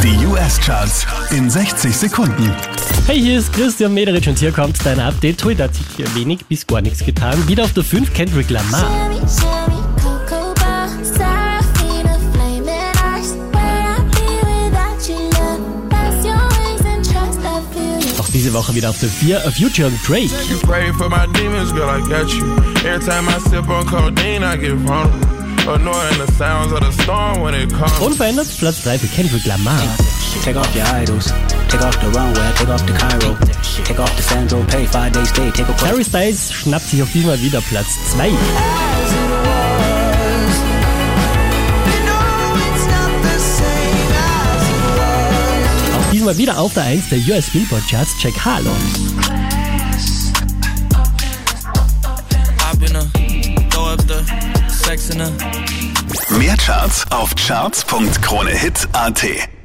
Die US-Charts in 60 Sekunden. Hey, hier ist Christian Mederich und hier kommt dein Update. Heute hat sich wenig bis gar nichts getan. Wieder auf der 5 Kendrick Lamar. Auch diese Woche wieder auf der 4 Future und Drake. Unverändert Platz 3 für Kendrick Lamar. Take off your idols, take off the runway, take off the Cairo, take off the Sandro, pay 5 days stay, take a Harry Styles schnappt sich auf diesmal wieder Platz 2. Auch diesmal wieder auf der 1 der US Billboard Charts, Jack Harlow. Mehr Charts auf charts.kronehit.at.